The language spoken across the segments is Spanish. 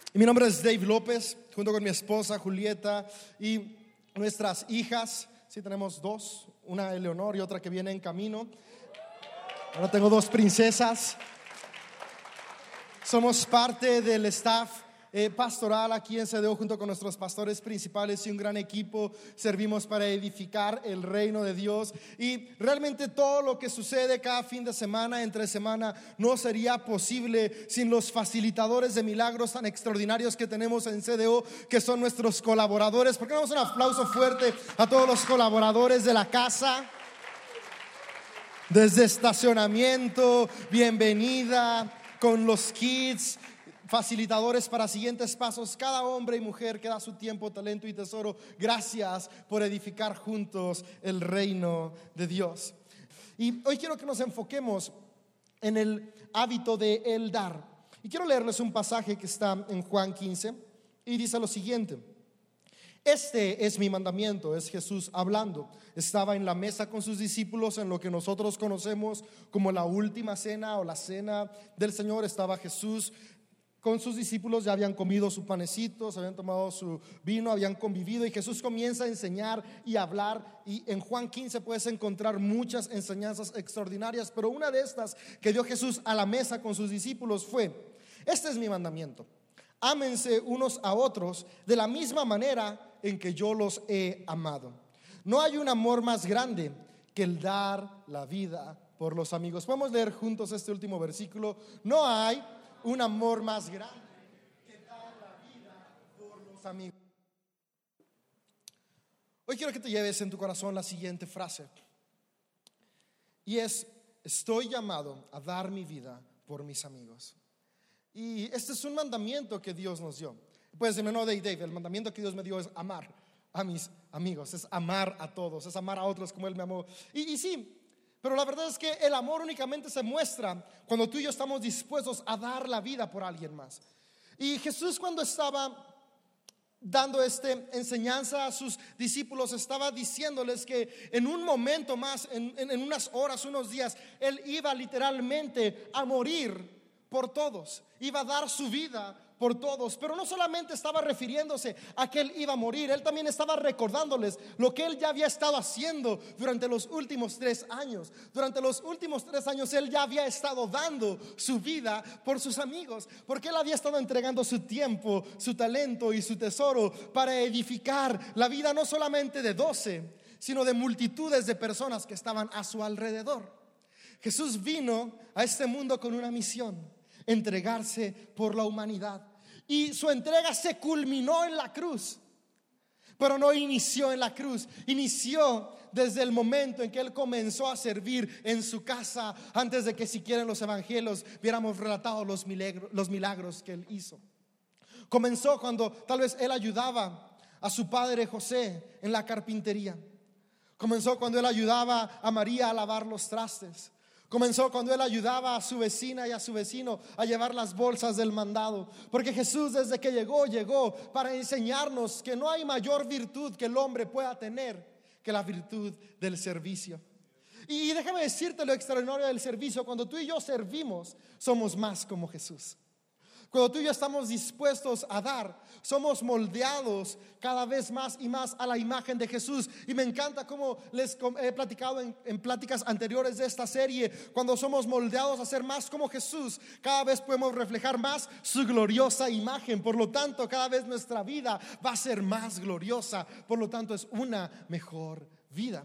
Mi nombre es Dave López, junto con mi esposa Julieta y nuestras hijas. Sí, tenemos dos, una Eleonor y otra que viene en camino. Ahora tengo dos princesas. Somos parte del staff pastoral aquí en CDO junto con nuestros pastores principales y un gran equipo. Servimos para edificar el reino de Dios, y realmente todo lo que sucede cada fin de semana, entre semana, no sería posible sin los facilitadores de milagros tan extraordinarios que tenemos en CDO, que son nuestros colaboradores. ¿Por qué no damos un aplauso fuerte a todos los colaboradores de la casa? Desde estacionamiento, bienvenida, con los kids, facilitadores para siguientes pasos, cada hombre y mujer que da su tiempo, talento y tesoro. Gracias por edificar juntos el reino de Dios. Y hoy quiero que nos enfoquemos en el hábito de el dar. Y quiero leerles un pasaje que está en Juan 15 y dice lo siguiente: este es mi mandamiento. Es Jesús hablando. Estaba en la mesa con sus discípulos en lo que nosotros conocemos como la última cena o la cena del Señor. Estaba Jesús con sus discípulos, ya habían comido su panecito, se habían tomado su vino, habían convivido, y Jesús comienza a enseñar y a hablar. Y en Juan 15 puedes encontrar muchas enseñanzas extraordinarias, pero una de estas que dio Jesús a la mesa con sus discípulos fue: este es mi mandamiento, ámense unos a otros de la misma manera en que yo los he amado. No hay un amor más grande que el dar la vida por los amigos. Podemos leer juntos este último versículo. No hay un amor más grande que dar la vida por los amigos. Hoy quiero que te lleves en tu corazón la siguiente frase, y es: estoy llamado a dar mi vida por mis amigos. Y este es un mandamiento que Dios nos dio. Puedes decirme: no, Dave, el mandamiento que Dios me dio es amar a mis amigos, es amar a todos, es amar a otros como Él me amó. Y sí, pero la verdad es que el amor únicamente se muestra cuando tú y yo estamos dispuestos a dar la vida por alguien más. Y Jesús, cuando estaba dando esta enseñanza a sus discípulos, estaba diciéndoles que en un momento más, en unas horas, unos días, Él iba literalmente a morir por todos, iba a dar su vida por todos. Pero no solamente estaba refiriéndose a que Él iba a morir, Él también estaba recordándoles lo que Él ya había estado haciendo durante los últimos 3 años. Durante los últimos 3 años Él ya había estado dando su vida por sus amigos, porque Él había estado entregando su tiempo, su talento y su tesoro para edificar la vida no solamente de 12, sino de multitudes de personas que estaban a su alrededor. Jesús vino a este mundo con una misión: entregarse por la humanidad. Y su entrega se culminó en la cruz, pero no inició en la cruz. Inició desde el momento en que Él comenzó a servir en su casa, antes de que siquiera en los evangelios viéramos relatados los milagros que Él hizo. Comenzó cuando tal vez Él ayudaba a su padre José en la carpintería. Comenzó cuando Él ayudaba a María a lavar los trastes. Comenzó cuando Él ayudaba a su vecina y a su vecino a llevar las bolsas del mandado. Porque Jesús, desde que llegó para enseñarnos que no hay mayor virtud que el hombre pueda tener que la virtud del servicio. Y déjame decirte lo extraordinario del servicio: cuando tú y yo servimos, somos más como Jesús. Cuando tú y yo estamos dispuestos a dar, somos moldeados cada vez más y más a la imagen de Jesús. Y me encanta como les he platicado en pláticas anteriores de esta serie: cuando somos moldeados a ser más como Jesús, cada vez podemos reflejar más su gloriosa imagen. Por lo tanto, cada vez nuestra vida va a ser más gloriosa. Por lo tanto, es una mejor vida.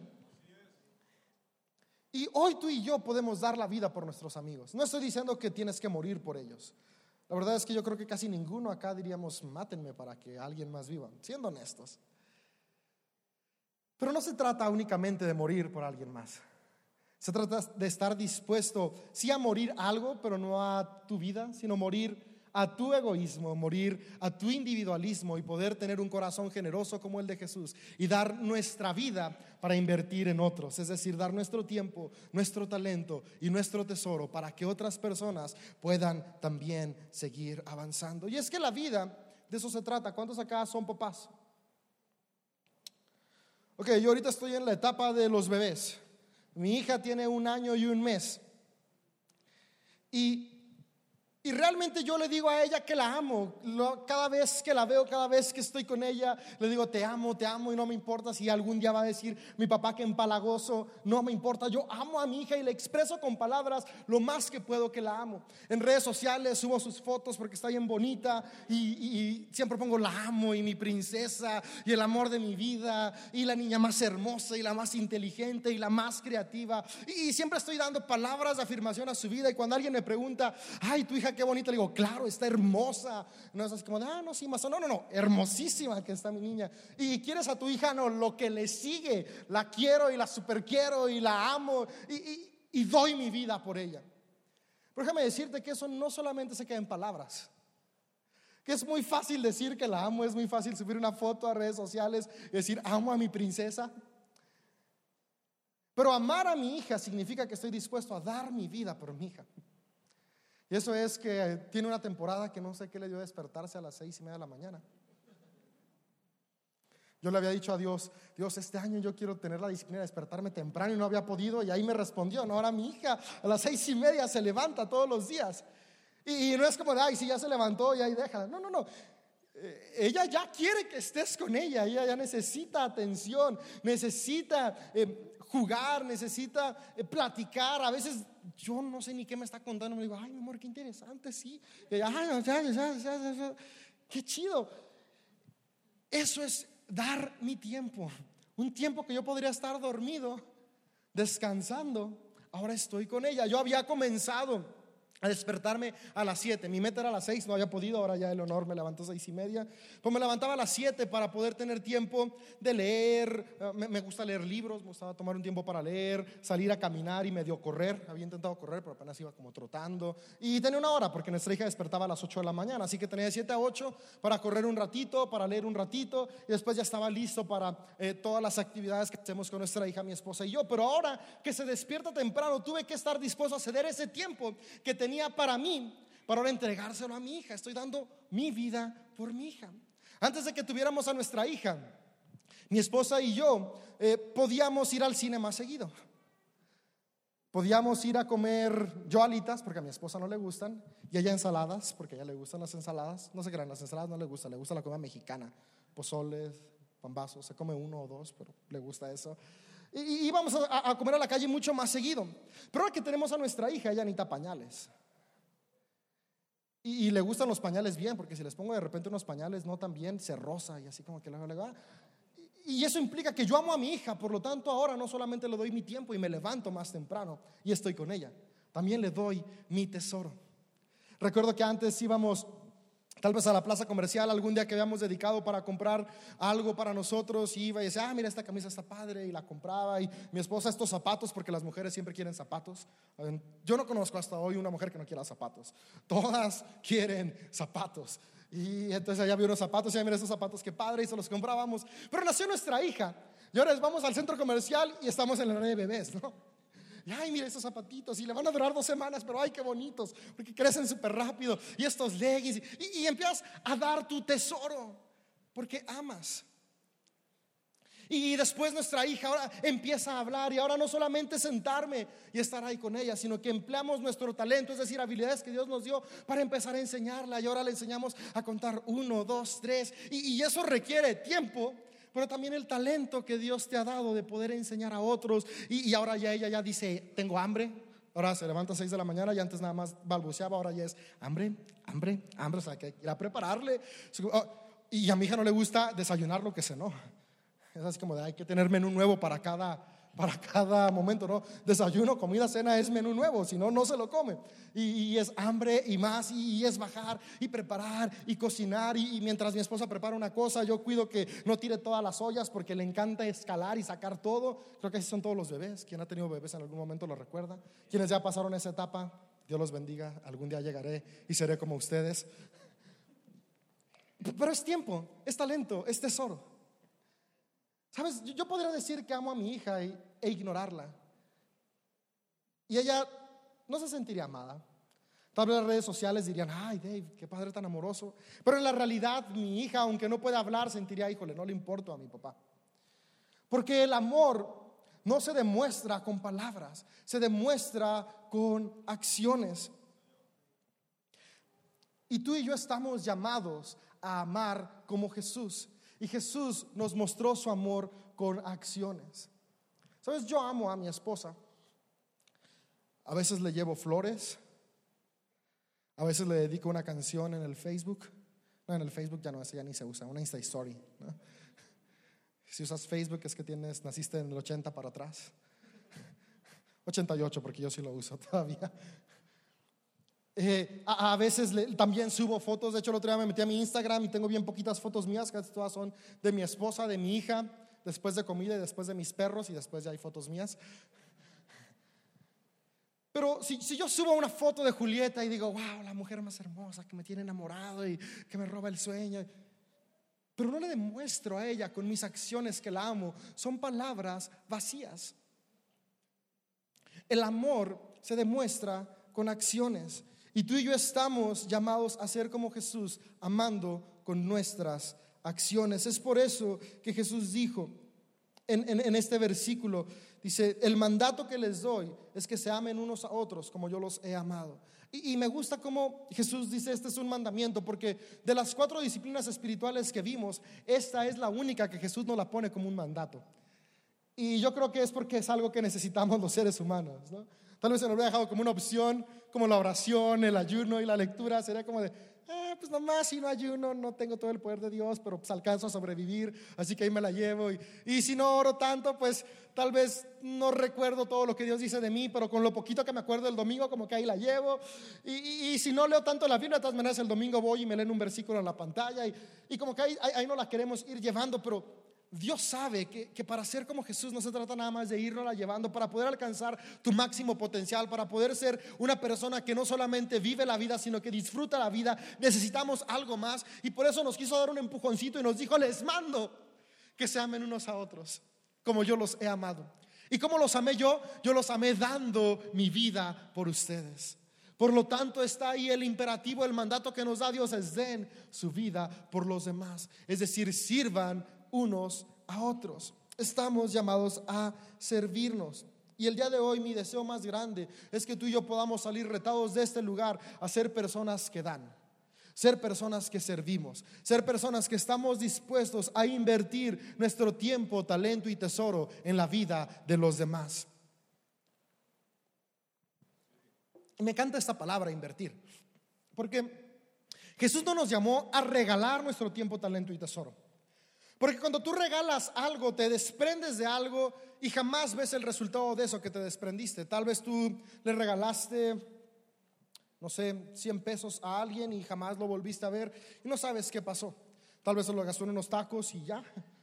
Y hoy tú y yo podemos dar la vida por nuestros amigos. No estoy diciendo que tienes que morir por ellos. La verdad es que yo creo que casi ninguno acá diríamos: mátenme para que alguien más viva, siendo honestos. Pero no se trata únicamente de morir por alguien más. Se trata de estar dispuesto, sí, a morir a algo, pero no a tu vida, sino morir a tu egoísmo, morir a tu individualismo, y poder tener un corazón generoso como el de Jesús y dar nuestra vida para invertir en otros. Es decir, dar nuestro tiempo, nuestro talento y nuestro tesoro para que otras personas puedan también seguir avanzando. Y es que la vida, de eso se trata. ¿Cuántos acá son papás? Ok, yo ahorita estoy en la etapa de los bebés. Mi hija tiene 1 año y 1 mes. Y Y realmente yo le digo a ella que la amo. Cada vez que la veo, cada vez que estoy con ella, le digo te amo, y no me importa si algún día va a decir mi papá que empalagoso, no me importa. Yo amo a mi hija y le expreso con palabras lo más que puedo que la amo. En redes sociales subo sus fotos porque está bien bonita y siempre pongo la amo y mi princesa y el amor de mi vida y la niña más hermosa y la más inteligente y la más creativa. Y siempre estoy dando palabras de afirmación a su vida. Y cuando alguien me pregunta, ay, tu hija qué bonita, le digo, claro, está hermosa. No es así como de, no, sí, más o no, hermosísima que está mi niña. Y quieres a tu hija, no, lo que le sigue, la quiero y la super quiero y la amo y doy mi vida por ella. Pero déjame decirte que eso no solamente se queda en palabras, que es muy fácil decir que la amo, es muy fácil subir una foto a redes sociales y decir amo a mi princesa. Pero amar a mi hija significa que estoy dispuesto a dar mi vida por mi hija. Y eso es que tiene una temporada que no sé qué le dio despertarse a las 6:30 de la mañana. Yo le había dicho a Dios, este año yo quiero tener la disciplina de despertarme temprano y no había podido. Y ahí me respondió, no, ahora mi hija a las 6:30 se levanta todos los días. Y no es como de, ay, si ya se levantó y ahí déjala. No. Ella ya quiere que estés con ella. Ella ya necesita atención, necesita jugar, necesita platicar. A veces yo no sé ni qué me está contando. Me digo, ay, mi amor, qué interesante, sí. Y ella, ay, ya, qué chido. Eso es dar mi tiempo. Un tiempo que yo podría estar dormido, descansando. Ahora estoy con ella. Yo había comenzado a despertarme a las 7. Mi meta era a las 6, no había podido. Ahora ya Eleonor me levantó 6:30. Pues me levantaba a las 7 para poder tener tiempo de leer. Me gusta leer libros, me gustaba tomar un tiempo para leer, salir a caminar y medio correr. Había intentado correr, pero apenas iba como trotando. Y tenía una hora porque nuestra hija despertaba a las 8 de la mañana. Así que tenía de 7 a 8 para correr un ratito, para leer un ratito. Y después ya estaba listo para todas las actividades que hacemos con nuestra hija, mi esposa y yo. Pero ahora que se despierta temprano, tuve que estar dispuesto a ceder ese tiempo que tenía para mí, para ahora entregárselo a mi hija. Estoy dando mi vida por mi hija. Antes de que tuviéramos a nuestra hija, mi esposa y yo podíamos ir al cine más seguido. Podíamos ir a comer yo alitas, porque a mi esposa no le gustan, y ella ensaladas, porque a ella le gustan las ensaladas. No se crean, las ensaladas no le gusta la comida mexicana, pozoles, pambazos, se come 1 o 2, pero le gusta eso. Y íbamos a comer a la calle mucho más seguido. Pero ahora que tenemos a nuestra hija, ella necesita pañales. Y le gustan los pañales bien, porque si les pongo de repente unos pañales no tan bien, se roza y así como que le va. Y eso implica que yo amo a mi hija. Por lo tanto ahora no solamente le doy mi tiempo y me levanto más temprano y estoy con ella, también le doy mi tesoro. Recuerdo que antes íbamos tal vez a la plaza comercial algún día que habíamos dedicado para comprar algo para nosotros, y iba y decía, mira, esta camisa está padre, y la compraba. Y mi esposa, estos zapatos, porque las mujeres siempre quieren zapatos. Yo no conozco hasta hoy una mujer que no quiera zapatos. Todas quieren zapatos. Y entonces ella vio unos zapatos y mira estos zapatos, qué padre, y se los comprábamos. Pero nació nuestra hija y ahora vamos al centro comercial y estamos en la área de bebés, ¿no? Y ay, mira estos zapatitos, y le van a durar 2 semanas, pero ay, qué bonitos, porque crecen súper rápido. Y estos leggings, y empiezas a dar tu tesoro, porque amas. Y después nuestra hija ahora empieza a hablar, y ahora no solamente sentarme y estar ahí con ella, sino que empleamos nuestro talento, es decir, habilidades que Dios nos dio para empezar a enseñarla. Y ahora le enseñamos a contar 1, 2, 3, y eso requiere tiempo, pero también el talento que Dios te ha dado de poder enseñar a otros. Y ahora ya ella ya dice, tengo hambre. Ahora se levanta a 6 de la mañana, y antes nada más balbuceaba, ahora ya es hambre. O sea, que ir a prepararle. Y a mi hija no le gusta desayunar lo que cenó. Es así como de, hay que tener menú nuevo para cada momento, ¿no? Desayuno, comida, cena es menú nuevo, si no, no se lo come. Y es hambre y más, y es bajar y preparar y cocinar. Y mientras mi esposa prepara una cosa, yo cuido que no tire todas las ollas, porque le encanta escalar y sacar todo. Creo que así son todos los bebés. Quien ha tenido bebés en algún momento lo recuerda. Quienes ya pasaron esa etapa, Dios los bendiga. Algún día llegaré y seré como ustedes. Pero es tiempo, es talento, es tesoro. ¿Sabes? Yo podría decir que amo a mi hija e ignorarla, y ella no se sentiría amada. Tal vez las redes sociales dirían, ay, Dave, qué padre tan amoroso. Pero en la realidad mi hija, aunque no pueda hablar, sentiría, híjole, no le importo a mi papá. Porque el amor no se demuestra con palabras, se demuestra con acciones. Y tú y yo estamos llamados a amar como Jesús. Y Jesús nos mostró su amor con acciones. ¿Sabes? Yo amo a mi esposa. A veces le llevo flores. A veces le dedico una canción en el Facebook. No, en el Facebook ya no, ese ya ni se usa. Una Insta Story, ¿no? Si usas Facebook es que naciste en el 80 para atrás. 88, porque yo sí lo uso todavía. A veces también subo fotos. De hecho, el otro día me metí a mi Instagram y tengo bien poquitas fotos mías, casi todas son de mi esposa, de mi hija, después de comida y después de mis perros, y después ya hay fotos mías. Pero si yo subo una foto de Julieta y digo, wow, la mujer más hermosa que me tiene enamorado y que me roba el sueño, pero no le demuestro a ella con mis acciones que la amo, son palabras vacías. El amor se demuestra con acciones. Y tú y yo estamos llamados a ser como Jesús, amando con nuestras acciones. Es por eso que Jesús dijo en este versículo, dice, el mandato que les doy es que se amen unos a otros como yo los he amado. Y me gusta cómo Jesús dice, este es un mandamiento, porque de las 4 disciplinas espirituales que vimos, esta es la única que Jesús nos la pone como un mandato. Y yo creo que es porque es algo que necesitamos los seres humanos, ¿no? Tal vez se nos hubiera dejado como una opción, como la oración, el ayuno y la lectura. Sería como de, pues nomás si no ayuno, no tengo todo el poder de Dios, pero pues alcanzo a sobrevivir, así que ahí me la llevo. Y si no oro tanto, pues tal vez no recuerdo todo lo que Dios dice de mí, pero con lo poquito que me acuerdo el domingo, como que ahí la llevo. Y si no leo tanto la Biblia, de todas maneras el domingo voy y me leen un versículo en la pantalla. Y como que ahí no la queremos ir llevando, pero Dios sabe que para ser como Jesús no se trata nada más de irnos llevando. Para poder alcanzar tu máximo potencial, para poder ser una persona que no solamente vive la vida, sino que disfruta la vida, necesitamos algo más. Y por eso nos quiso dar un empujoncito y nos dijo, les mando que se amen unos a otros como yo los he amado. ¿Y cómo los amé yo? Yo los amé dando mi vida por ustedes. Por lo tanto está ahí el imperativo, el mandato que nos da Dios es den su vida por los demás. Es decir, sirvan unos a otros. Estamos llamados a servirnos. Y el día de hoy mi deseo más grande es que tú y yo podamos salir retados de este lugar a ser personas que dan, ser personas que servimos, ser personas que estamos dispuestos a invertir nuestro tiempo, talento y tesoro en la vida de los demás. Y me encanta esta palabra, invertir, porque Jesús no nos llamó a regalar nuestro tiempo, talento y tesoro. Porque cuando tú regalas algo, te desprendes de algo y jamás ves el resultado de eso que te desprendiste. Tal vez tú le regalaste, no sé, 100 pesos a alguien y jamás lo volviste a ver y no sabes qué pasó. Tal vez se lo gastó en unos tacos y ya,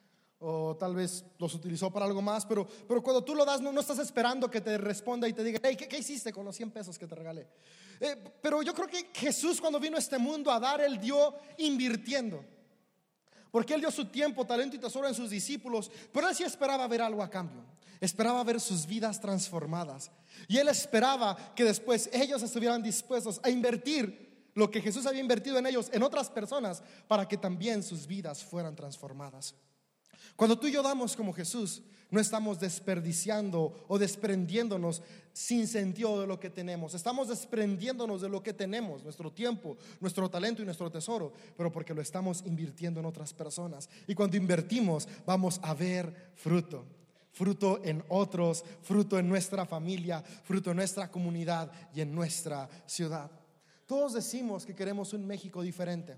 o tal vez los utilizó para algo más. Pero cuando tú lo das, no estás esperando que te responda y te diga, hey, ¿qué hiciste con los 100 pesos que te regalé? Pero yo creo que Jesús, cuando vino a este mundo a dar, Él dio invirtiendo. Porque Él dio su tiempo, talento y tesoro en sus discípulos, pero Él sí esperaba ver algo a cambio. Esperaba ver sus vidas transformadas. Y Él esperaba que después ellos estuvieran dispuestos a invertir lo que Jesús había invertido en ellos, en otras personas, para que también sus vidas fueran transformadas. Cuando tú y yo damos como Jesús, no estamos desperdiciando o desprendiéndonos sin sentido de lo que tenemos. Estamos desprendiéndonos de lo que tenemos, nuestro tiempo, nuestro talento y nuestro tesoro, pero porque lo estamos invirtiendo en otras personas. Y cuando invertimos, vamos a ver fruto. Fruto en otros, fruto en nuestra familia, fruto en nuestra comunidad y en nuestra ciudad. Todos decimos que queremos un México diferente.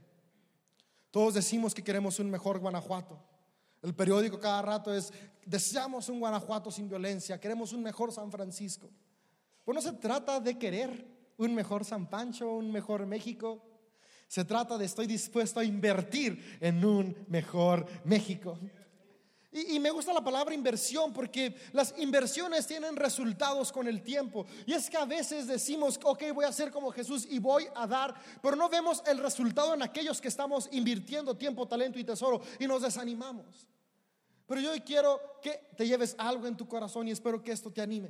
Todos decimos que queremos un mejor Guanajuato. El periódico cada rato es, deseamos un Guanajuato sin violencia, queremos un mejor San Francisco. Pues no se trata de querer un mejor San Pancho, un mejor México. Se trata de estoy dispuesto a invertir en un mejor México. Y me gusta la palabra inversión porque las inversiones tienen resultados con el tiempo. Y es que a veces decimos, ok, voy a ser como Jesús y voy a dar, pero no vemos el resultado en aquellos que estamos invirtiendo tiempo, talento y tesoro y nos desanimamos. Pero yo hoy quiero que te lleves algo en tu corazón y espero que esto te anime.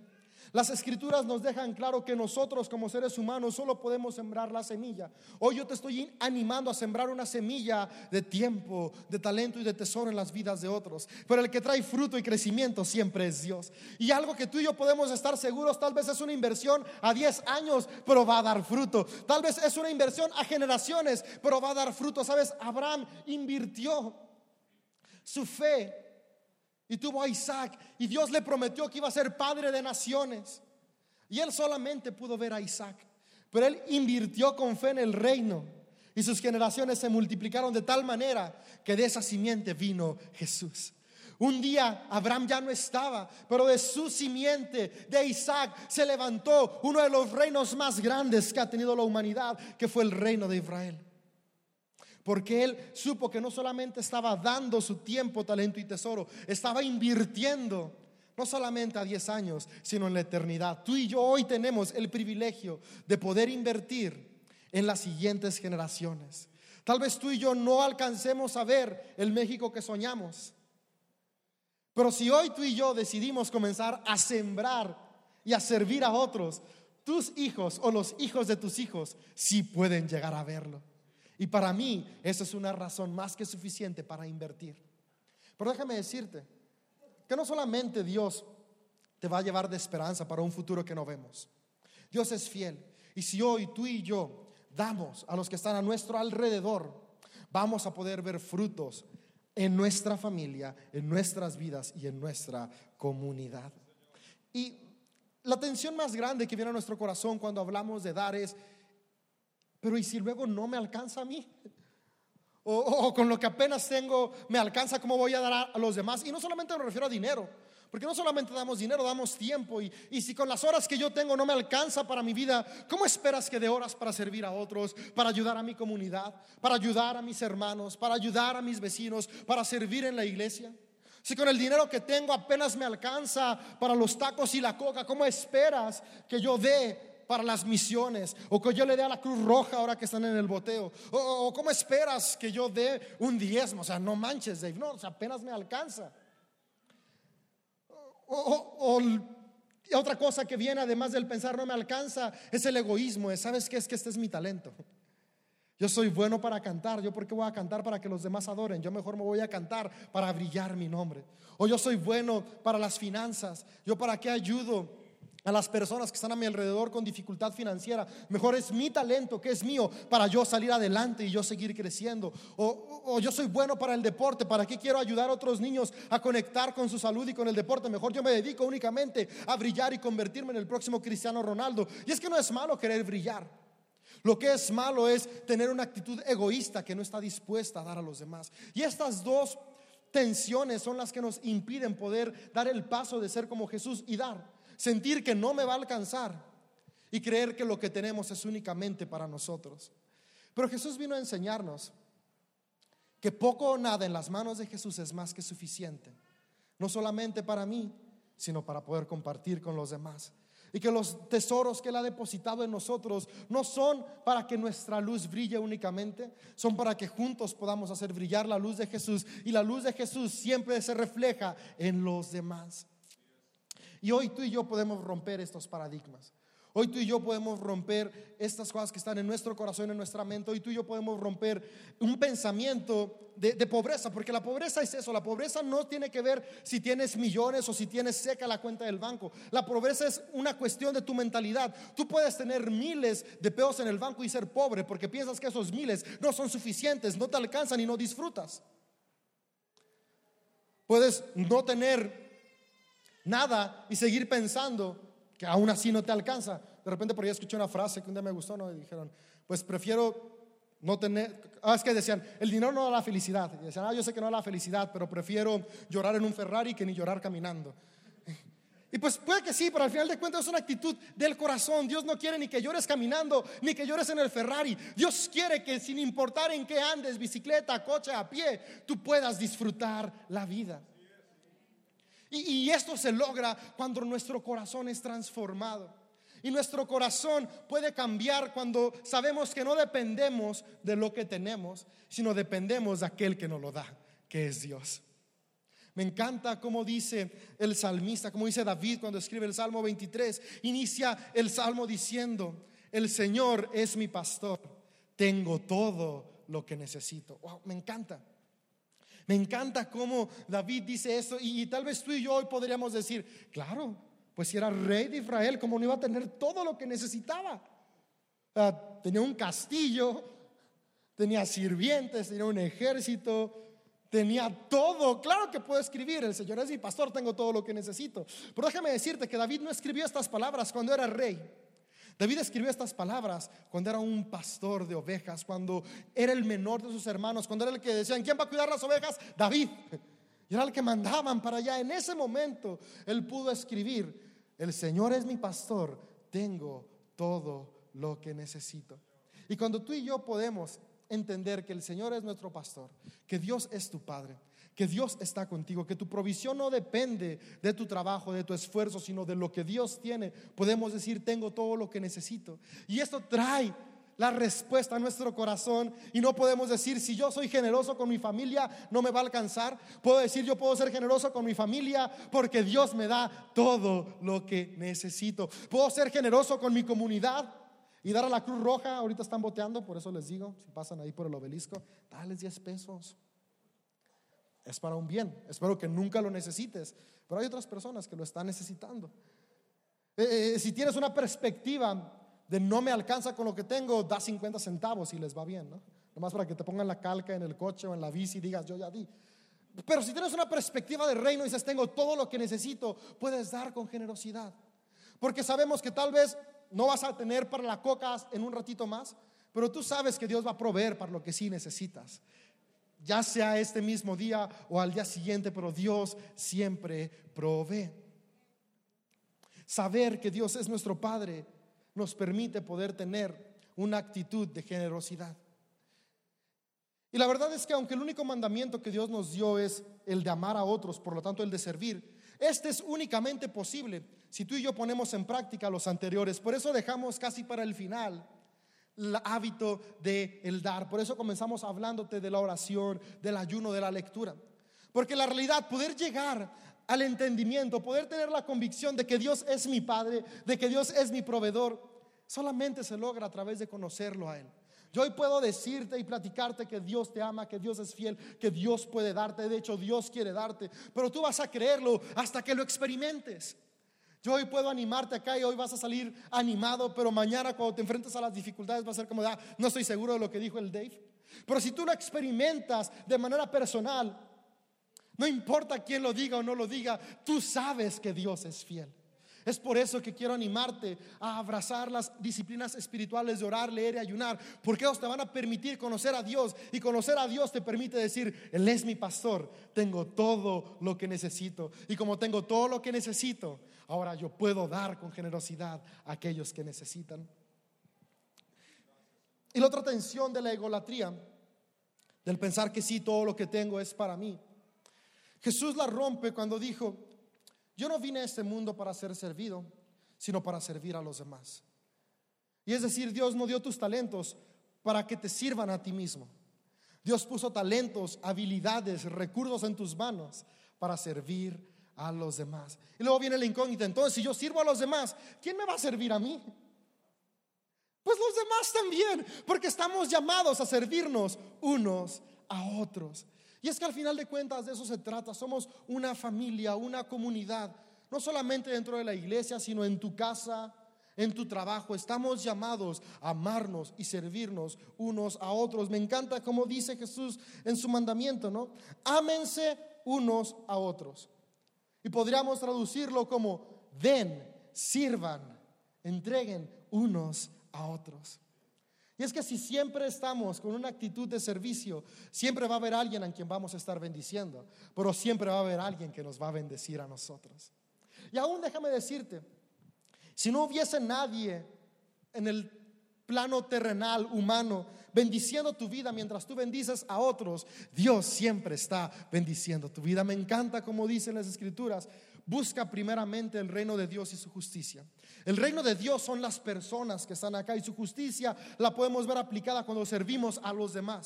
Las escrituras nos dejan claro que nosotros como seres humanos solo podemos sembrar la semilla. Hoy yo te estoy animando a sembrar una semilla de tiempo, de talento y de tesoro en las vidas de otros. Pero el que trae fruto y crecimiento siempre es Dios. Y algo que tú y yo podemos estar seguros, tal vez es una inversión a 10 años, pero va a dar fruto. Tal vez es una inversión a generaciones, pero va a dar fruto. ¿Sabes? Abraham invirtió su fe y tuvo a Isaac, y Dios le prometió que iba a ser padre de naciones, y él solamente pudo ver a Isaac, pero él invirtió con fe en el reino, y sus generaciones se multiplicaron de tal manera que de esa simiente vino Jesús. Un día Abraham ya no estaba, pero de su simiente, de Isaac, se levantó uno de los reinos más grandes que ha tenido la humanidad, que fue el reino de Israel. Porque él supo que no solamente estaba dando su tiempo, talento y tesoro, estaba invirtiendo no solamente a 10 años, sino en la eternidad. Tú y yo hoy tenemos el privilegio de poder invertir en las siguientes generaciones. Tal vez tú y yo no alcancemos a ver el México que soñamos, pero si hoy tú y yo decidimos comenzar a sembrar y a servir a otros, tus hijos o los hijos de tus hijos sí pueden llegar a verlo. Y para mí eso es una razón más que suficiente para invertir. Pero déjame decirte que no solamente Dios te va a llevar de esperanza para un futuro que no vemos. Dios es fiel, y si hoy tú y yo damos a los que están a nuestro alrededor, vamos a poder ver frutos en nuestra familia, en nuestras vidas y en nuestra comunidad. Y la tensión más grande que viene a nuestro corazón cuando hablamos de dar es: pero ¿y si luego no me alcanza a mí? O con lo que apenas tengo me alcanza, ¿cómo voy a dar a los demás? Y no solamente me refiero a dinero, porque no solamente damos dinero, damos tiempo. Y si con las horas que yo tengo no me alcanza para mi vida, ¿cómo esperas que dé horas para servir a otros, para ayudar a mi comunidad, para ayudar a mis hermanos, para ayudar a mis vecinos, para servir en la iglesia? Si con el dinero que tengo apenas me alcanza para los tacos y la coca, ¿cómo esperas que yo dé para las misiones, o que yo le dé a la Cruz Roja ahora que están en el boteo? O ¿cómo esperas que yo dé un diezmo? O sea, no manches, Dave, no, o sea, apenas me alcanza. Y otra cosa que viene además del pensar no me alcanza es el egoísmo. ¿Sabes qué? Es que este es mi talento. Yo soy bueno para cantar. ¿Yo por qué voy a cantar para que los demás adoren? Yo mejor me voy a cantar para brillar mi nombre. O yo soy bueno para las finanzas. ¿Yo para qué ayudo a las personas que están a mi alrededor con dificultad financiera? Mejor es mi talento, que es mío, para yo salir adelante y yo seguir creciendo. O yo soy bueno para el deporte. ¿Para qué quiero ayudar a otros niños a conectar con su salud y con el deporte? Mejor yo me dedico únicamente a brillar y convertirme en el próximo Cristiano Ronaldo. Y es que no es malo querer brillar. Lo que es malo es tener una actitud egoísta que no está dispuesta a dar a los demás. Y estas dos tensiones son las que nos impiden poder dar el paso de ser como Jesús y dar. Sentir que no me va a alcanzar y creer que lo que tenemos es únicamente para nosotros. Pero Jesús vino a enseñarnos que poco o nada en las manos de Jesús es más que suficiente, no solamente para mí, sino para poder compartir con los demás. Y que los tesoros que Él ha depositado en nosotros no son para que nuestra luz brille únicamente, son para que juntos podamos hacer brillar la luz de Jesús. Y la luz de Jesús siempre se refleja en los demás. Y hoy tú y yo podemos romper estos paradigmas. Hoy tú y yo podemos romper estas cosas que están en nuestro corazón, en nuestra mente. Hoy tú y yo podemos romper un pensamiento de pobreza, porque la pobreza es eso. La pobreza no tiene que ver si tienes millones o si tienes seca la cuenta del banco. La pobreza es una cuestión de tu mentalidad. Tú puedes tener miles de pesos en el banco y ser pobre porque piensas que esos miles no son suficientes, no te alcanzan y no disfrutas. Puedes no tener nada y seguir pensando que aún así no te alcanza. De repente por ahí escuché una frase que un día me gustó, ¿no? Y dijeron, pues prefiero no tener, es que decían, el dinero no da la felicidad. Y decían, yo sé que no da la felicidad, pero prefiero llorar en un Ferrari que ni llorar caminando. Y pues puede que sí, pero al final de cuentas es una actitud del corazón. Dios no quiere ni que llores caminando, ni que llores en el Ferrari. Dios quiere que sin importar en qué andes, bicicleta, coche, a pie, tú puedas disfrutar la vida. Y esto se logra cuando nuestro corazón es transformado. Y nuestro corazón puede cambiar cuando sabemos que no dependemos de lo que tenemos, sino dependemos de aquel que nos lo da, que es Dios. Me encanta cómo dice el salmista, como dice David cuando escribe el Salmo 23. Inicia el Salmo diciendo: el Señor es mi pastor, tengo todo lo que necesito. Wow, me encanta. Me encanta cómo David dice eso. Y tal vez tú y yo hoy podríamos decir: claro, pues si era rey de Israel, ¿cómo no iba a tener todo lo que necesitaba? Tenía un castillo, tenía sirvientes, tenía un ejército, tenía todo. Claro que puedo escribir: el Señor es mi pastor, tengo todo lo que necesito. Pero déjame decirte que David no escribió estas palabras cuando era rey. David escribió estas palabras cuando era un pastor de ovejas, cuando era el menor de sus hermanos, cuando era el que decían: ¿quién va a cuidar las ovejas? David. Y era el que mandaban para allá. En ese momento él pudo escribir: el Señor es mi pastor, tengo todo lo que necesito. Y cuando tú y yo podemos entender que el Señor es nuestro pastor, que Dios es tu Padre, que Dios está contigo, que tu provisión no depende de tu trabajo, de tu esfuerzo, sino de lo que Dios tiene, podemos decir: tengo todo lo que necesito. Y esto trae la respuesta a nuestro corazón. Y no podemos decir: si yo soy generoso con mi familia, no me va a alcanzar. Puedo decir: yo puedo ser generoso con mi familia porque Dios me da todo lo que necesito. Puedo ser generoso con mi comunidad y dar a la Cruz Roja. Ahorita están boteando, por eso les digo: si pasan ahí por el obelisco, dales 10 pesos. Es para un bien. Espero que nunca lo necesites, pero hay otras personas que lo están necesitando. Si tienes una perspectiva de no me alcanza con lo que tengo, da 50 centavos y les va bien, ¿no? Nomás para que te pongan la calca en el coche o en la bici y digas: yo ya di. Pero si tienes una perspectiva de reino y dices: tengo todo lo que necesito, puedes dar con generosidad. Porque sabemos que tal vez no vas a tener para la coca en un ratito más, pero tú sabes que Dios va a proveer para lo que sí necesitas, ya sea este mismo día o al día siguiente, pero Dios siempre provee. Saber que Dios es nuestro Padre nos permite poder tener una actitud de generosidad. Y la verdad es que aunque el único mandamiento que Dios nos dio es el de amar a otros, por lo tanto el de servir, este es únicamente posible si tú y yo ponemos en práctica los anteriores. Por eso dejamos casi para el final el hábito de el dar. Por eso comenzamos hablándote de la oración, del ayuno, de la lectura. Porque la realidad, poder llegar al entendimiento, poder tener la convicción de que Dios es mi Padre, de que Dios es mi proveedor, solamente se logra a través de conocerlo a Él. Yo hoy puedo decirte y platicarte que Dios te ama, que Dios es fiel, que Dios puede darte. De hecho, Dios quiere darte, pero tú vas a creerlo hasta que lo experimentes. Yo hoy puedo animarte acá y hoy vas a salir animado, pero mañana cuando te enfrentes a las dificultades va a ser como no estoy seguro de lo que dijo el Dave. Pero si tú lo experimentas de manera personal, no importa quién lo diga o no lo diga, tú sabes que Dios es fiel. Es por eso que quiero animarte a abrazar las disciplinas espirituales de orar, leer y ayunar, porque ellos te van a permitir conocer a Dios, y conocer a Dios te permite decir: Él es mi pastor, tengo todo lo que necesito, y como tengo todo lo que necesito, ahora yo puedo dar con generosidad a aquellos que necesitan. Y la otra tensión de la egolatría, del pensar que sí, todo lo que tengo es para mí, Jesús la rompe cuando dijo: yo no vine a este mundo para ser servido, sino para servir a los demás. Y es decir, Dios no dio tus talentos para que te sirvan a ti mismo. Dios puso talentos, habilidades, recursos en tus manos para servir a los demás. Y luego viene la incógnita: entonces, si yo sirvo a los demás, ¿quién me va a servir a mí? Pues los demás también, porque estamos llamados a servirnos unos a otros. Y es que al final de cuentas de eso se trata. Somos una familia, una comunidad, no solamente dentro de la iglesia, sino en tu casa, en tu trabajo. Estamos llamados a amarnos y servirnos unos a otros. Me encanta como dice Jesús en su mandamiento, ¿no? Ámense unos a otros. Y podríamos traducirlo como: den, sirvan, entreguen unos a otros. Y es que si siempre estamos con una actitud de servicio, siempre va a haber alguien a quien vamos a estar bendiciendo, pero siempre va a haber alguien que nos va a bendecir a nosotros. Y aún déjame decirte, si no hubiese nadie en el plano terrenal, humano, bendiciendo tu vida mientras tú bendices a otros, Dios siempre está bendiciendo tu vida. Me encanta como dicen las escrituras: busca primeramente el reino de Dios y su justicia. El reino de Dios son las personas que están acá, y su justicia la podemos ver aplicada cuando servimos a los demás.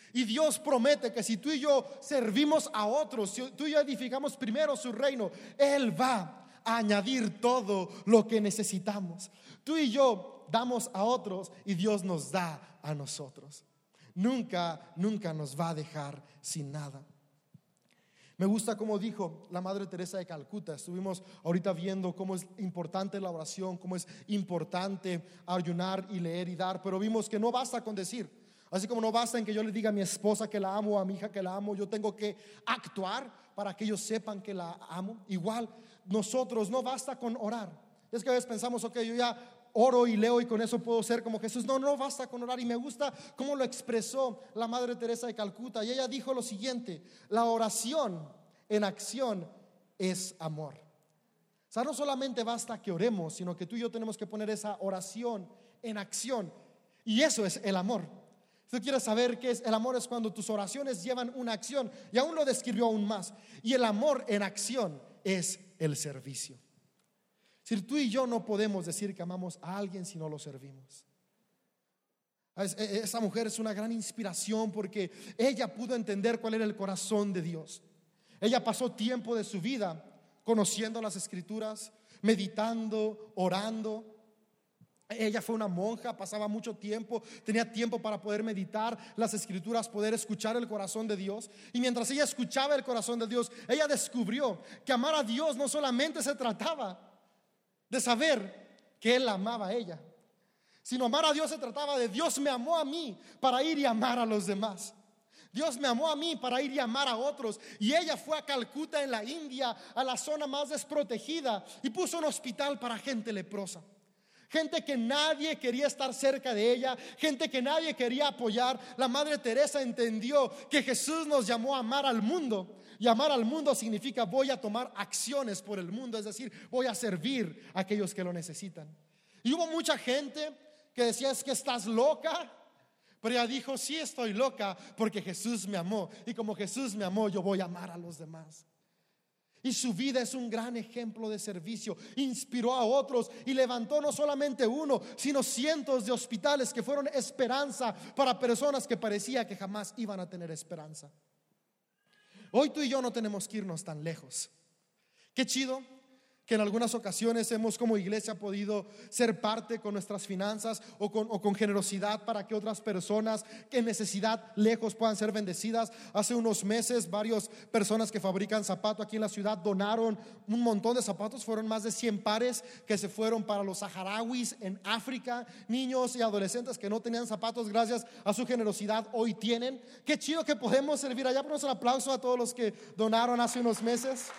Y Dios promete que si tú y yo servimos a otros, si tú y yo edificamos primero su reino, Él va a añadir todo lo que necesitamos. Tú y yo damos a otros y Dios nos da a nosotros. Nunca nos va a dejar sin nada. Me gusta como dijo la Madre Teresa de Calcuta. Estuvimos ahorita viendo cómo es importante la oración, cómo es importante ayunar y leer y dar, pero vimos que no basta con decir. Así como no basta en que yo le diga a mi esposa que la amo o a mi hija que la amo, yo tengo que actuar para que ellos sepan que la amo. Igual nosotros no basta con orar. Es que a veces pensamos, ok, yo ya oro y leo y con eso puedo ser como Jesús. No basta con orar. Y me gusta cómo lo expresó la Madre Teresa de Calcuta. Y ella dijo lo siguiente: la oración en acción es amor. O sea, no solamente basta que oremos, sino que tú y yo tenemos que poner esa oración en acción. Y eso es el amor. Si tú quieres saber qué es el amor, es cuando tus oraciones llevan una acción. Y aún lo describió aún más. Y el amor en acción es el servicio. Si tú y yo no podemos decir que amamos a alguien si no lo servimos. Esa mujer es una gran inspiración porque ella pudo entender cuál era el corazón de Dios. Ella pasó tiempo de su vida conociendo las escrituras, meditando, orando. Ella fue una monja, pasaba mucho tiempo, tenía tiempo para poder meditar las escrituras, poder escuchar el corazón de Dios. Y mientras ella escuchaba el corazón de Dios, ella descubrió que amar a Dios no solamente se trataba de saber que Él la amaba a ella, sino amar a Dios se trataba de: Dios me amó a mí para ir y amar a los demás. Dios me amó a mí para ir y amar a otros. Y ella fue a Calcuta, en la India, a la zona más desprotegida, y puso un hospital para gente leprosa. Gente que nadie quería estar cerca de ella, gente que nadie quería apoyar. La Madre Teresa entendió que Jesús nos llamó a amar al mundo. Y amar al mundo significa: voy a tomar acciones por el mundo, es decir, voy a servir a aquellos que lo necesitan. Y hubo mucha gente que decía: es que estás loca. Pero ella dijo: sí, estoy loca porque Jesús me amó. Y como Jesús me amó, yo voy a amar a los demás. Y su vida es un gran ejemplo de servicio. Inspiró a otros y levantó no solamente uno, sino cientos de hospitales que fueron esperanza para personas que parecía que jamás iban a tener esperanza. Hoy tú y yo no tenemos que irnos tan lejos. Qué chido que en algunas ocasiones hemos como iglesia podido ser parte con nuestras finanzas o con generosidad para que otras personas que en necesidad lejos puedan ser bendecidas. Hace unos meses varias personas que fabrican zapatos aquí en la ciudad donaron un montón de zapatos. Fueron más de 100 pares que se fueron para los saharauis en África. Niños y adolescentes que no tenían zapatos, gracias a su generosidad hoy tienen. Qué chido que podemos servir allá. Ponemos un aplauso a todos los que donaron hace unos meses.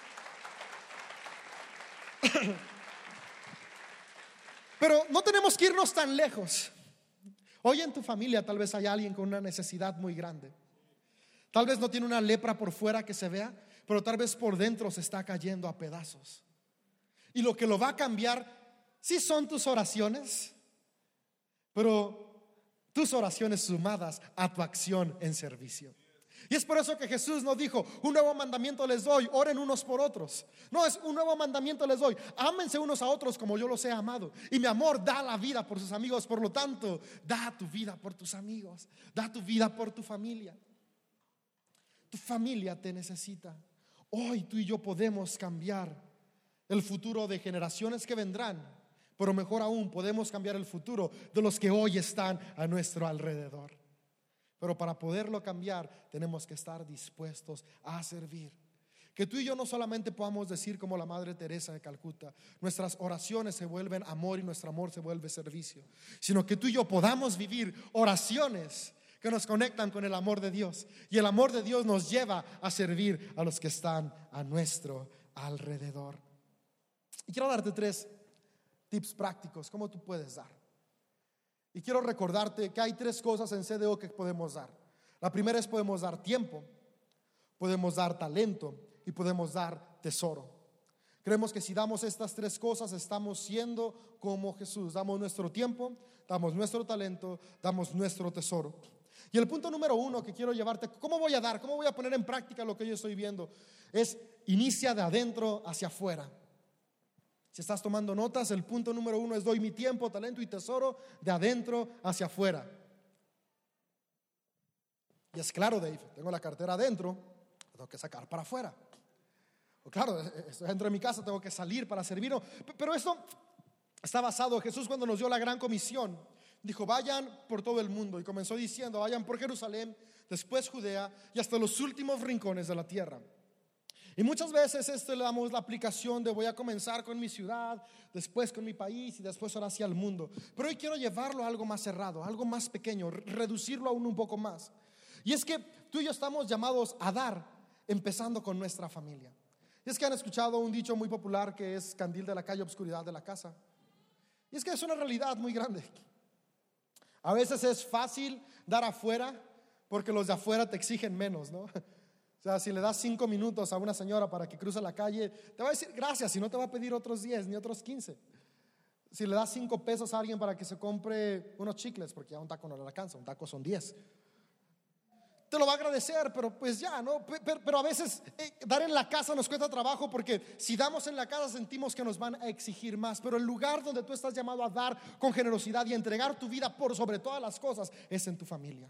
Pero no tenemos que irnos tan lejos. Hoy en tu familia tal vez hay alguien con una necesidad muy grande. Tal vez no tiene una lepra por fuera que se vea, pero tal vez por dentro se está cayendo a pedazos. Y lo que lo va a cambiar sí son tus oraciones, pero tus oraciones sumadas a tu acción en servicio. Y es por eso que Jesús nos dijo: un nuevo mandamiento les doy, oren unos por otros. No, es un nuevo mandamiento les doy: ámense unos a otros como yo los he amado. Y mi amor da la vida por sus amigos. Por lo tanto, da tu vida por tus amigos, da tu vida por tu familia. Tu familia te necesita. Hoy tú y yo podemos cambiar el futuro de generaciones que vendrán, pero mejor aún podemos cambiar el futuro de los que hoy están a nuestro alrededor. Pero para poderlo cambiar tenemos que estar dispuestos a servir. Que tú y yo no solamente podamos decir como la Madre Teresa de Calcuta: nuestras oraciones se vuelven amor y nuestro amor se vuelve servicio, sino que tú y yo podamos vivir oraciones que nos conectan con el amor de Dios. Y el amor de Dios nos lleva a servir a los que están a nuestro alrededor. Y quiero darte 3 tips prácticos cómo tú puedes dar. Y quiero recordarte que hay 3 cosas en CDO que podemos dar. La primera es: podemos dar tiempo, podemos dar talento y podemos dar tesoro. Creemos que si damos estas 3 cosas estamos siendo como Jesús. Damos nuestro tiempo, damos nuestro talento, damos nuestro tesoro. Y el punto número 1 que quiero llevarte: ¿cómo voy a dar? ¿Cómo voy a poner en práctica lo que yo estoy viendo? Es: inicia de adentro hacia afuera. Si estás tomando notas, el punto número 1 es: doy mi tiempo, talento y tesoro de adentro hacia afuera. Y es claro, Dave, tengo la cartera adentro, la tengo que sacar para afuera. O claro, estoy dentro de mi casa, tengo que salir para servir. Pero esto está basado, Jesús cuando nos dio la gran comisión, dijo, vayan por todo el mundo. Y comenzó diciendo, vayan por Jerusalén, después Judea y hasta los últimos rincones de la tierra. Y muchas veces le damos la aplicación de voy a comenzar con mi ciudad, después con mi país y después ahora hacia el mundo. Pero hoy quiero llevarlo a algo más cerrado, algo más pequeño, reducirlo aún un poco más. Y es que tú y yo estamos llamados a dar, empezando con nuestra familia. Y es que han escuchado un dicho muy popular que es candil de la calle, obscuridad de la casa. Y es que es una realidad muy grande. A veces es fácil dar afuera porque los de afuera te exigen menos, ¿no? O sea, si le das 5 minutos a una señora para que cruce la calle, te va a decir gracias y no te va a pedir otros 10 ni otros 15. Si le das 5 pesos a alguien para que se compre unos chicles, porque ya un taco no le alcanza, un taco son 10, te lo va a agradecer, pero pues ya, ¿no? Pero a veces dar en la casa nos cuesta trabajo, porque si damos en la casa sentimos que nos van a exigir más. Pero el lugar donde tú estás llamado a dar con generosidad y entregar tu vida por sobre todas las cosas es en tu familia.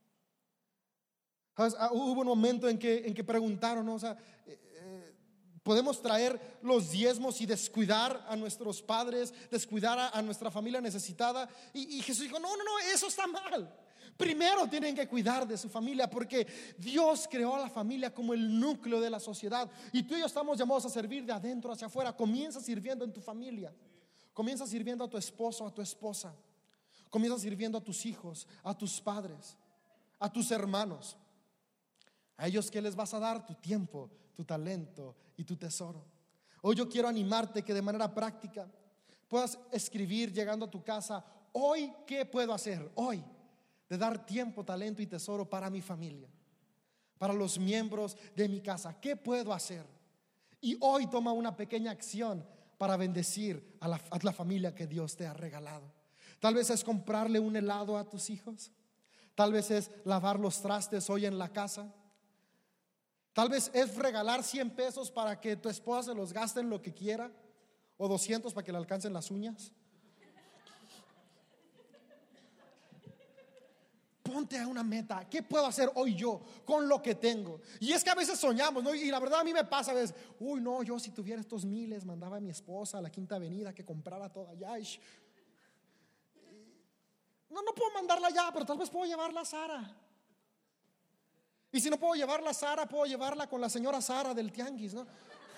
Hubo un momento en que preguntaron, ¿no? O sea, podemos traer los diezmos y descuidar a nuestros padres, descuidar a nuestra familia necesitada. Y Jesús dijo, no, eso está mal. Primero tienen que cuidar de su familia, porque Dios creó a la familia como el núcleo de la sociedad. Y tú y yo estamos llamados a servir de adentro hacia afuera. Comienza sirviendo en tu familia. Comienza sirviendo a tu esposo, a tu esposa. Comienza sirviendo a tus hijos, a tus padres, a tus hermanos. A ellos, ¿qué les vas a dar? Tu tiempo, tu talento y tu tesoro. Hoy yo quiero animarte que de manera práctica puedas escribir llegando a tu casa, hoy, ¿qué puedo hacer? Hoy, de dar tiempo, talento y tesoro para mi familia, para los miembros de mi casa. ¿Qué puedo hacer? Y hoy toma una pequeña acción para bendecir a la familia que Dios te ha regalado. Tal vez es comprarle un helado a tus hijos. Tal vez es lavar los trastes hoy en la casa. Tal vez es regalar 100 pesos para que tu esposa se los gaste en lo que quiera, o 200 para que le alcancen las uñas. Ponte a una meta. ¿Qué puedo hacer hoy yo con lo que tengo? Y es que a veces soñamos, ¿no? Y la verdad a mí me pasa a veces, uy, no, yo si tuviera estos miles mandaba a mi esposa a la Quinta Avenida que comprara toda allá. No puedo mandarla allá, pero tal vez puedo llevarla a Sara. Y si no puedo llevarla a Sara, puedo llevarla con la señora Sara del tianguis, ¿no?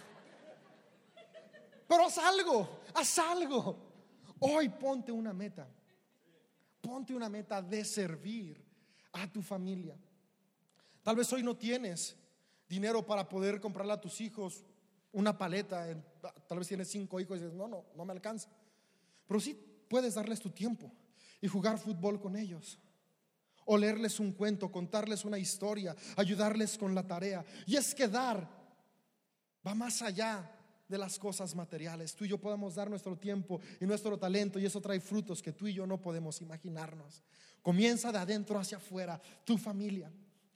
Pero haz algo. Hoy ponte una meta. Ponte una meta de servir a tu familia. Tal vez hoy no tienes dinero para poder comprarle a tus hijos una paleta. Tal vez tienes 5 hijos y dices, no me alcanza. Pero sí puedes darles tu tiempo y jugar fútbol con ellos, o leerles un cuento, contarles una historia, ayudarles con la tarea. Y es que dar va más allá de las cosas materiales. Tú y yo podemos dar nuestro tiempo y nuestro talento, y eso trae frutos que tú y yo no podemos imaginarnos. Comienza de adentro hacia afuera. Tu familia,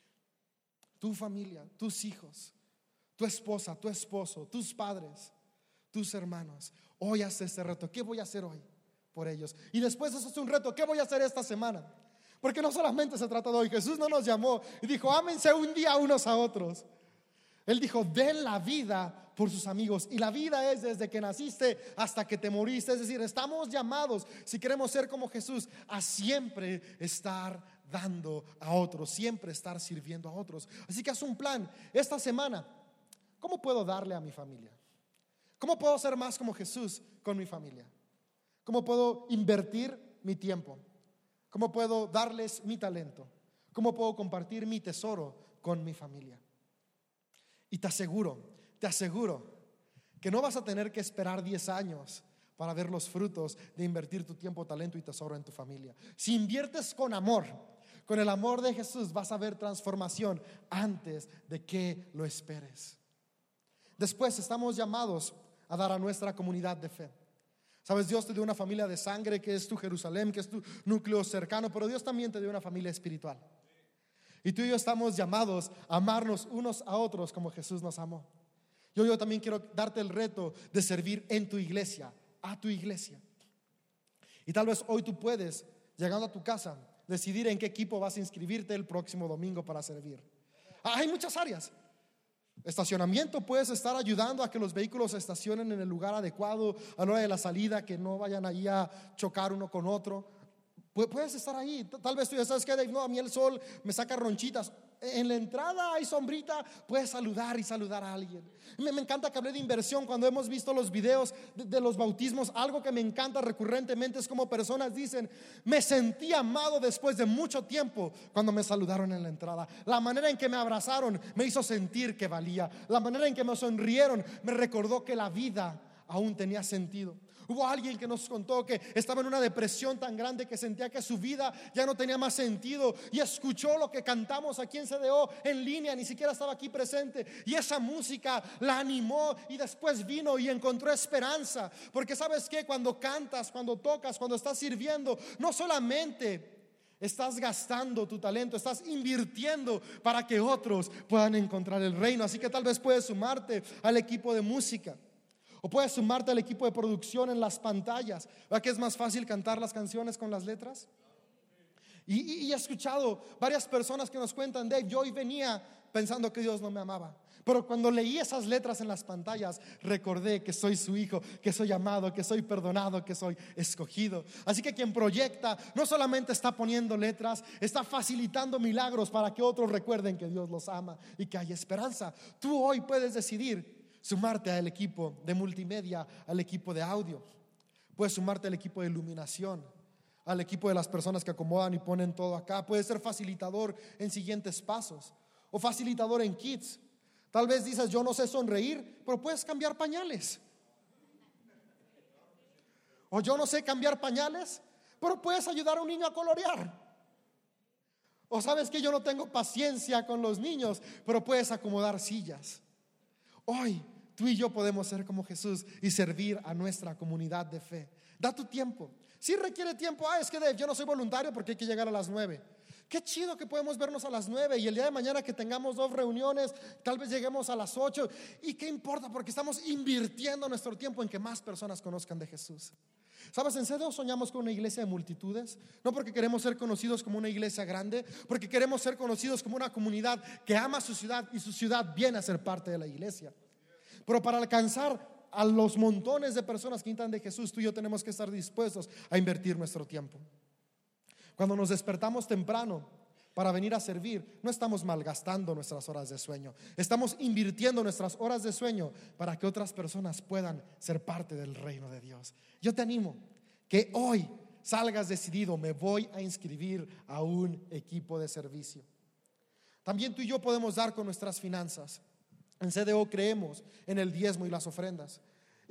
tus hijos, tu esposa, tu esposo, tus padres, tus hermanos. Hoy haz este reto. ¿Qué voy a hacer hoy por ellos? Y después eso es un reto. ¿Qué voy a hacer esta semana? Porque no solamente se trata de hoy. Jesús no nos llamó y dijo, ámense un día unos a otros. Él dijo, den la vida por sus amigos. Y la vida es desde que naciste hasta que te moriste. Es decir, estamos llamados, si queremos ser como Jesús, a siempre estar dando a otros, siempre estar sirviendo a otros. Así que haz un plan esta semana. ¿Cómo puedo darle a mi familia? ¿Cómo puedo ser más como Jesús con mi familia? ¿Cómo puedo invertir mi tiempo? ¿Cómo puedo darles mi talento? ¿Cómo puedo compartir mi tesoro con mi familia? Y te aseguro que no vas a tener que esperar 10 años para ver los frutos de invertir tu tiempo, talento y tesoro en tu familia. Si inviertes con amor, con el amor de Jesús, vas a ver transformación antes de que lo esperes. Después estamos llamados a dar a nuestra comunidad de fe. Sabes, Dios te dio una familia de sangre que es tu Jerusalén, que es tu núcleo cercano, pero Dios también te dio una familia espiritual. Y tú y yo estamos llamados a amarnos unos a otros como Jesús nos amó. Yo también quiero darte el reto de servir en tu iglesia, a tu iglesia. Y tal vez hoy tú puedes, llegando a tu casa, decidir en qué equipo vas a inscribirte el próximo domingo para servir. Hay muchas áreas. Estacionamiento, puedes estar ayudando a que los vehículos se estacionen en el lugar adecuado a la hora de la salida, que no vayan ahí a chocar uno con otro. Puedes estar ahí. Tal vez tú ya sabes que, Dave, no, a mí el sol me saca ronchitas. En la entrada hay sombrita, puedes saludar a alguien. Me encanta que hablé de inversión. Cuando hemos visto los videos de los bautismos, algo que me encanta recurrentemente es como personas dicen: me sentí amado después de mucho tiempo cuando me saludaron en la entrada. La manera en que me abrazaron me hizo sentir que valía. La manera en que me sonrieron me recordó que la vida aún tenía sentido. Hubo alguien que nos contó que estaba en una depresión tan grande que sentía que su vida ya no tenía más sentido, y escuchó lo que cantamos aquí en CDO en línea, ni siquiera estaba aquí presente, y esa música la animó, y después vino y encontró esperanza. Porque sabes que cuando cantas, cuando tocas, cuando estás sirviendo, no solamente estás gastando tu talento, estás invirtiendo para que otros puedan encontrar el reino. Así que tal vez puedes sumarte al equipo de música, o puedes sumarte al equipo de producción en las pantallas. ¿Verdad que es más fácil cantar las canciones con las letras? Y he escuchado varias personas que nos cuentan: Dave, yo hoy venía pensando que Dios no me amaba, pero cuando leí esas letras en las pantallas, recordé que soy su hijo, que soy amado, que soy perdonado, que soy escogido. Así que quien proyecta no solamente está poniendo letras, está facilitando milagros para que otros recuerden que Dios los ama y que hay esperanza. Tú hoy puedes decidir sumarte al equipo de multimedia, al equipo de audio. Puedes sumarte al equipo de iluminación, al equipo de las personas que acomodan y ponen todo acá. Puedes ser facilitador en siguientes pasos, o facilitador en kids. Tal vez dices: yo no sé sonreír, pero puedes cambiar pañales. O yo no sé cambiar pañales, pero puedes ayudar a un niño a colorear. O sabes que yo no tengo paciencia con los niños, pero puedes acomodar sillas. Hoy tú y yo podemos ser como Jesús y servir a nuestra comunidad de fe. Da tu tiempo. Si requiere tiempo, es que Dave, yo no soy voluntario porque hay que llegar a las 9. Qué chido que podemos vernos a las 9, y el día de mañana que tengamos 2 reuniones, tal vez lleguemos a las 8. ¿Y qué importa? Porque estamos invirtiendo nuestro tiempo en que más personas conozcan de Jesús. ¿Sabes? En CDO soñamos con una iglesia de multitudes, no porque queremos ser conocidos como una iglesia grande, porque queremos ser conocidos como una comunidad que ama su ciudad y su ciudad viene a ser parte de la iglesia. Pero para alcanzar a los montones de personas que necesitan de Jesús, tú y yo tenemos que estar dispuestos a invertir nuestro tiempo. Cuando nos despertamos temprano para venir a servir, no estamos malgastando nuestras horas de sueño, estamos invirtiendo nuestras horas de sueño para que otras personas puedan ser parte del reino de Dios. Yo te animo que hoy salgas decidido: me voy a inscribir a un equipo de servicio. También tú y yo podemos dar con nuestras finanzas. En CDO creemos en el diezmo y las ofrendas,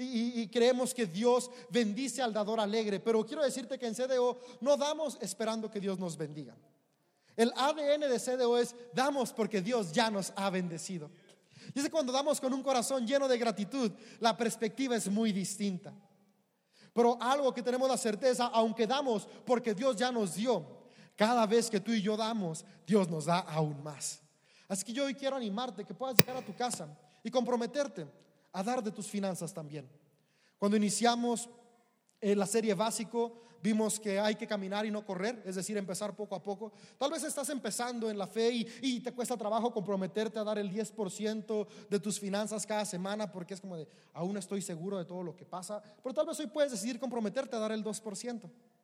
y creemos que Dios bendice al dador alegre. Pero quiero decirte que en CDO no damos esperando que Dios nos bendiga. El ADN de CDO es: damos porque Dios ya nos ha bendecido. Y es que cuando damos con un corazón lleno de gratitud, la perspectiva es muy distinta. Pero algo que tenemos la certeza: aunque damos porque Dios ya nos dio, cada vez que tú y yo damos, Dios nos da aún más. Así que yo hoy quiero animarte que puedas llegar a tu casa y comprometerte a dar de tus finanzas también. Cuando iniciamos la serie Básico, vimos que hay que caminar y no correr, es decir, empezar poco a poco. Tal vez estás empezando en la fe y te cuesta trabajo comprometerte a dar el 10% de tus finanzas cada semana, porque es como de: aún no estoy seguro de todo lo que pasa. Pero tal vez hoy puedes decidir comprometerte a dar el 2%.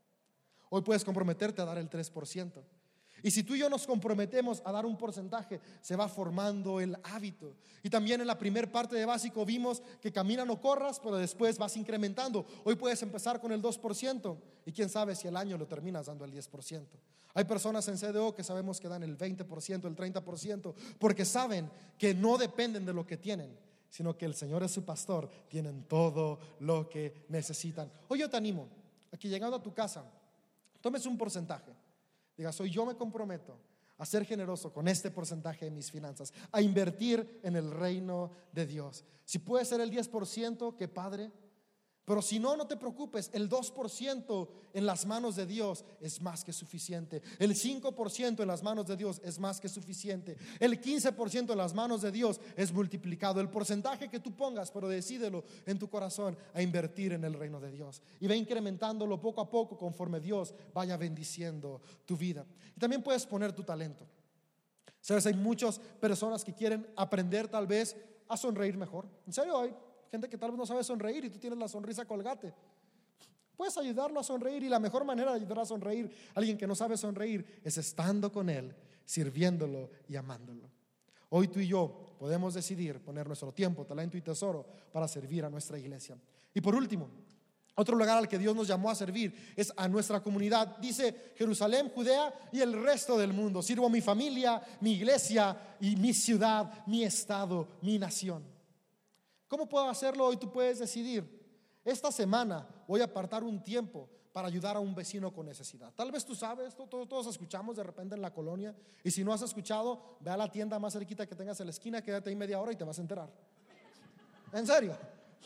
Hoy puedes comprometerte a dar el 3%. Y si tú y yo nos comprometemos a dar un porcentaje, se va formando el hábito. Y también en la primera parte de Básico vimos que camina no corras, pero después vas incrementando. Hoy puedes empezar con el 2%, y quién sabe si el año lo terminas dando el 10%. Hay personas en CDO que sabemos que dan el 20%, el 30%, porque saben que no dependen de lo que tienen, sino que el Señor es su pastor, tienen todo lo que necesitan. Hoy yo te animo a que, llegando a tu casa, tomes un porcentaje. Digas: hoy yo me comprometo a ser generoso con este porcentaje de mis finanzas, a invertir en el reino de Dios. Si puede ser el 10%, qué padre. Pero si no, no te preocupes, el 2% en las manos de Dios es más que suficiente. El 5% en las manos de Dios es más que suficiente. El 15% en las manos de Dios es multiplicado. El porcentaje que tú pongas, pero decídelo en tu corazón a invertir en el reino de Dios. Y ve incrementándolo poco a poco conforme Dios vaya bendiciendo tu vida. Y también puedes poner tu talento. Sabes, hay muchas personas que quieren aprender tal vez a sonreír mejor. En serio, hay gente que tal vez no sabe sonreír y tú tienes la sonrisa Colgate. Puedes ayudarlo a sonreír, y la mejor manera de ayudar a sonreír a alguien que no sabe sonreír es estando con él, sirviéndolo y amándolo. Hoy tú y yo podemos decidir poner nuestro tiempo, talento y tesoro para servir a nuestra iglesia. Y por último, otro lugar al que Dios nos llamó a servir es a nuestra comunidad. Dice Jerusalén, Judea y el resto del mundo. Sirvo a mi familia, mi iglesia y mi ciudad, mi estado, mi nación. ¿Cómo puedo hacerlo? Hoy tú puedes decidir. Esta semana voy a apartar un tiempo para ayudar a un vecino con necesidad. Tal vez tú sabes, todos escuchamos de repente en la colonia. Y si no has escuchado, ve a la tienda más cerquita que tengas en la esquina, quédate ahí media hora y te vas a enterar. En serio.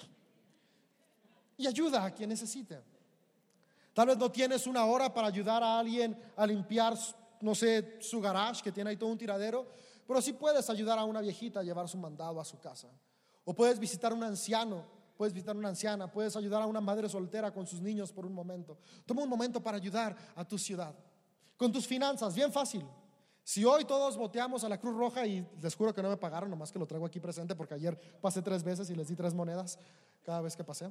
Y ayuda a quien necesite. Tal vez no tienes una hora para ayudar a alguien a limpiar, no sé, su garage, que tiene ahí todo un tiradero, pero sí puedes ayudar a una viejita a llevar su mandado a su casa. O puedes visitar a un anciano, puedes visitar a una anciana, puedes ayudar a una madre soltera con sus niños por un momento. Toma un momento para ayudar a tu ciudad. Con tus finanzas, bien fácil. Si hoy todos volteamos a la Cruz Roja, y les juro que no me pagaron, nomás que lo traigo aquí presente porque ayer pasé 3 veces y les di 3 monedas cada vez que pasé.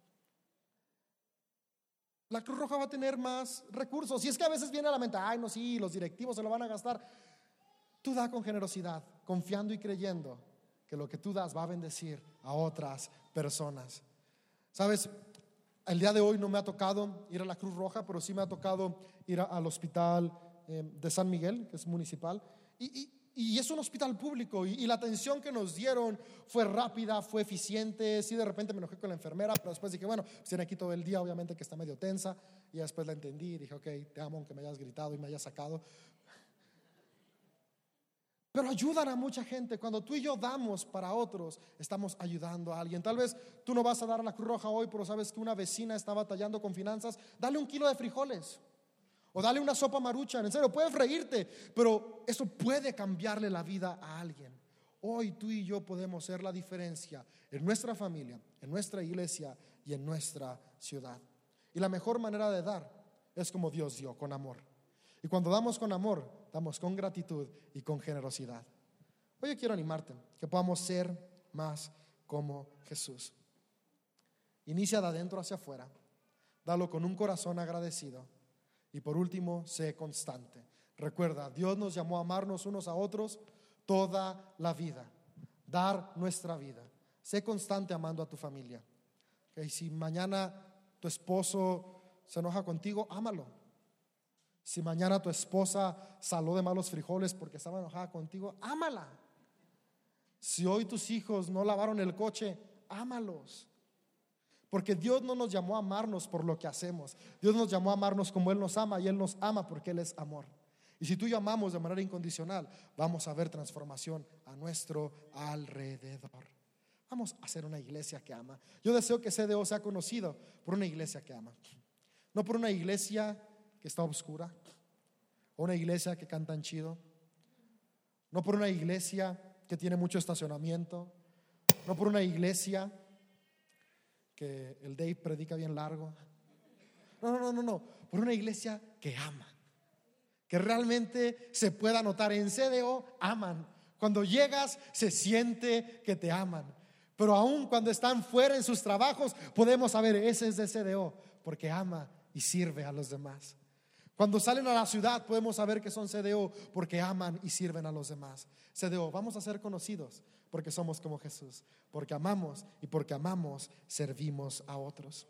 La Cruz Roja va a tener más recursos. Y es que a veces viene a la mente, ay no, sí, los directivos se lo van a gastar. Tú da con generosidad, confiando y creyendo que lo que tú das va a bendecir a otras personas. Sabes, el día de hoy no me ha tocado ir a la Cruz Roja, pero sí me ha tocado ir al hospital de San Miguel, que es municipal, y es un hospital público, y la atención que nos dieron fue rápida, fue eficiente. Sí, de repente me enojé con la enfermera, pero después dije, bueno, pues tiene aquí todo el día, obviamente que está medio tensa, y después la entendí y dije, ok, te amo aunque me hayas gritado y me hayas sacado. Pero ayudan a mucha gente. Cuando tú y yo damos para otros, estamos ayudando a alguien. Tal vez tú no vas a dar a la Cruz Roja hoy, pero sabes que una vecina está batallando con finanzas. Dale 1 kilo de frijoles, o dale una sopa Maruchan. En serio, puedes reírte, pero eso puede cambiarle la vida a alguien. Hoy tú y yo podemos hacer la diferencia en nuestra familia, en nuestra iglesia y en nuestra ciudad. Y la mejor manera de dar es como Dios dio, con amor. Y cuando damos con amor, damos con gratitud y con generosidad. Hoy yo quiero animarte que podamos ser más como Jesús. Inicia de adentro hacia afuera. Dalo con un corazón agradecido. Y por último, sé constante. Recuerda, Dios nos llamó a amarnos unos a otros toda la vida. Dar nuestra vida. Sé constante amando a tu familia. Okay, si mañana tu esposo se enoja contigo, ámalo. Si mañana tu esposa saló de malos frijoles porque estaba enojada contigo, ámala. Si hoy tus hijos no lavaron el coche, ámalos. Porque Dios no nos llamó a amarnos por lo que hacemos. Dios nos llamó a amarnos como Él nos ama, y Él nos ama porque Él es amor. Y si tú y yo amamos de manera incondicional, vamos a ver transformación a nuestro alrededor. Vamos a ser una iglesia que ama. Yo deseo que CDO sea conocido por una iglesia que ama, no por una iglesia que está oscura, o una iglesia que cantan chido, no por una iglesia que tiene mucho estacionamiento, no por una iglesia que el Dave predica bien largo. No, por una iglesia que ama, que realmente se pueda notar. En CDO aman. Cuando llegas se siente que te aman, pero aún cuando están fuera en sus trabajos podemos saber, ese es de CDO, porque ama y sirve a los demás. Cuando salen a la ciudad podemos saber que son CDO porque aman y sirven a los demás. CDO, vamos a ser conocidos porque somos como Jesús, porque amamos, y porque amamos servimos a otros.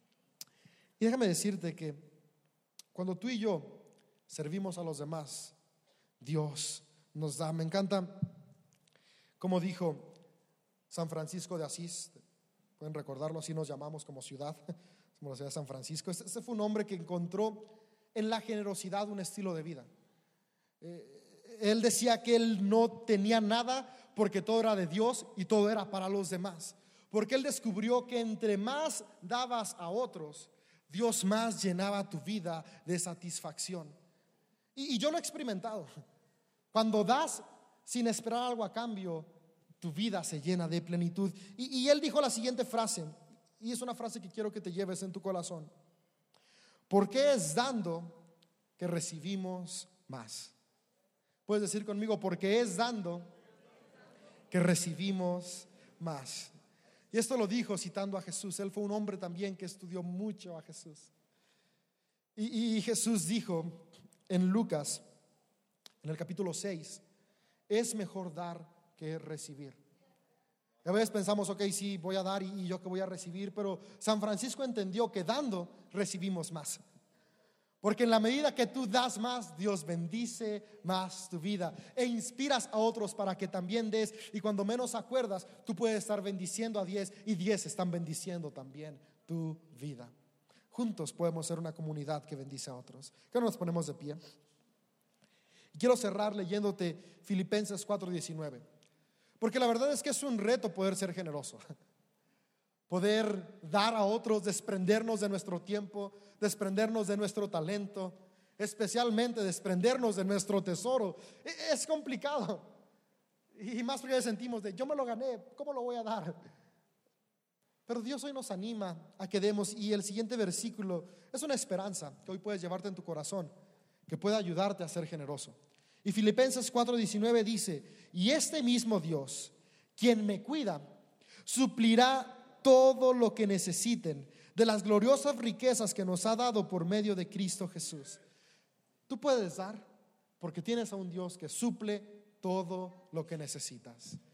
Y déjame decirte que cuando tú y yo servimos a los demás, Dios nos da. Me encanta como dijo San Francisco de Asís. Pueden recordarlo, así nos llamamos como ciudad, como la ciudad de San Francisco. Este fue un hombre que encontró en la generosidad un estilo de vida. Él decía que él no tenía nada porque todo era de Dios y todo era para los demás. porque él descubrió que entre más dabas a otros, Dios más llenaba tu vida de satisfacción. Y yo lo he experimentado. Cuando das sin esperar algo a cambio, tu vida se llena de plenitud. Y él dijo la siguiente frase, y es una frase que quiero que te lleves en tu corazón: ¿por qué es dando que recibimos más? Puedes decir conmigo: porque es dando que recibimos más. Y esto lo dijo citando a Jesús. Él fue un hombre también que estudió mucho a Jesús. Y Jesús dijo en Lucas, en el capítulo 6, es mejor dar que recibir. A veces pensamos, ok, sí, voy a dar y yo que voy a recibir, pero San Francisco entendió que dando recibimos más. Porque en la medida que tú das más, Dios bendice más tu vida e inspiras a otros para que también des. Y cuando menos acuerdas, tú puedes estar bendiciendo a 10 y 10 están bendiciendo también tu vida. Juntos podemos ser una comunidad que bendice a otros. Que nos ponemos de pie. Quiero cerrar leyéndote Filipenses 4:19, porque la verdad es que es un reto poder ser generoso, poder dar a otros, desprendernos de nuestro tiempo, desprendernos de nuestro talento, especialmente desprendernos de nuestro tesoro. Es complicado, y más porque sentimos de yo me lo gané, ¿cómo lo voy a dar? Pero Dios hoy nos anima a que demos, y el siguiente versículo es una esperanza que hoy puedes llevarte en tu corazón, que puede ayudarte a ser generoso. Y Filipenses 4:19 dice: y este mismo Dios, quien me cuida, suplirá todo lo que necesiten de las gloriosas riquezas que nos ha dado por medio de Cristo Jesús. Tú puedes dar porque tienes a un Dios que suple todo lo que necesitas.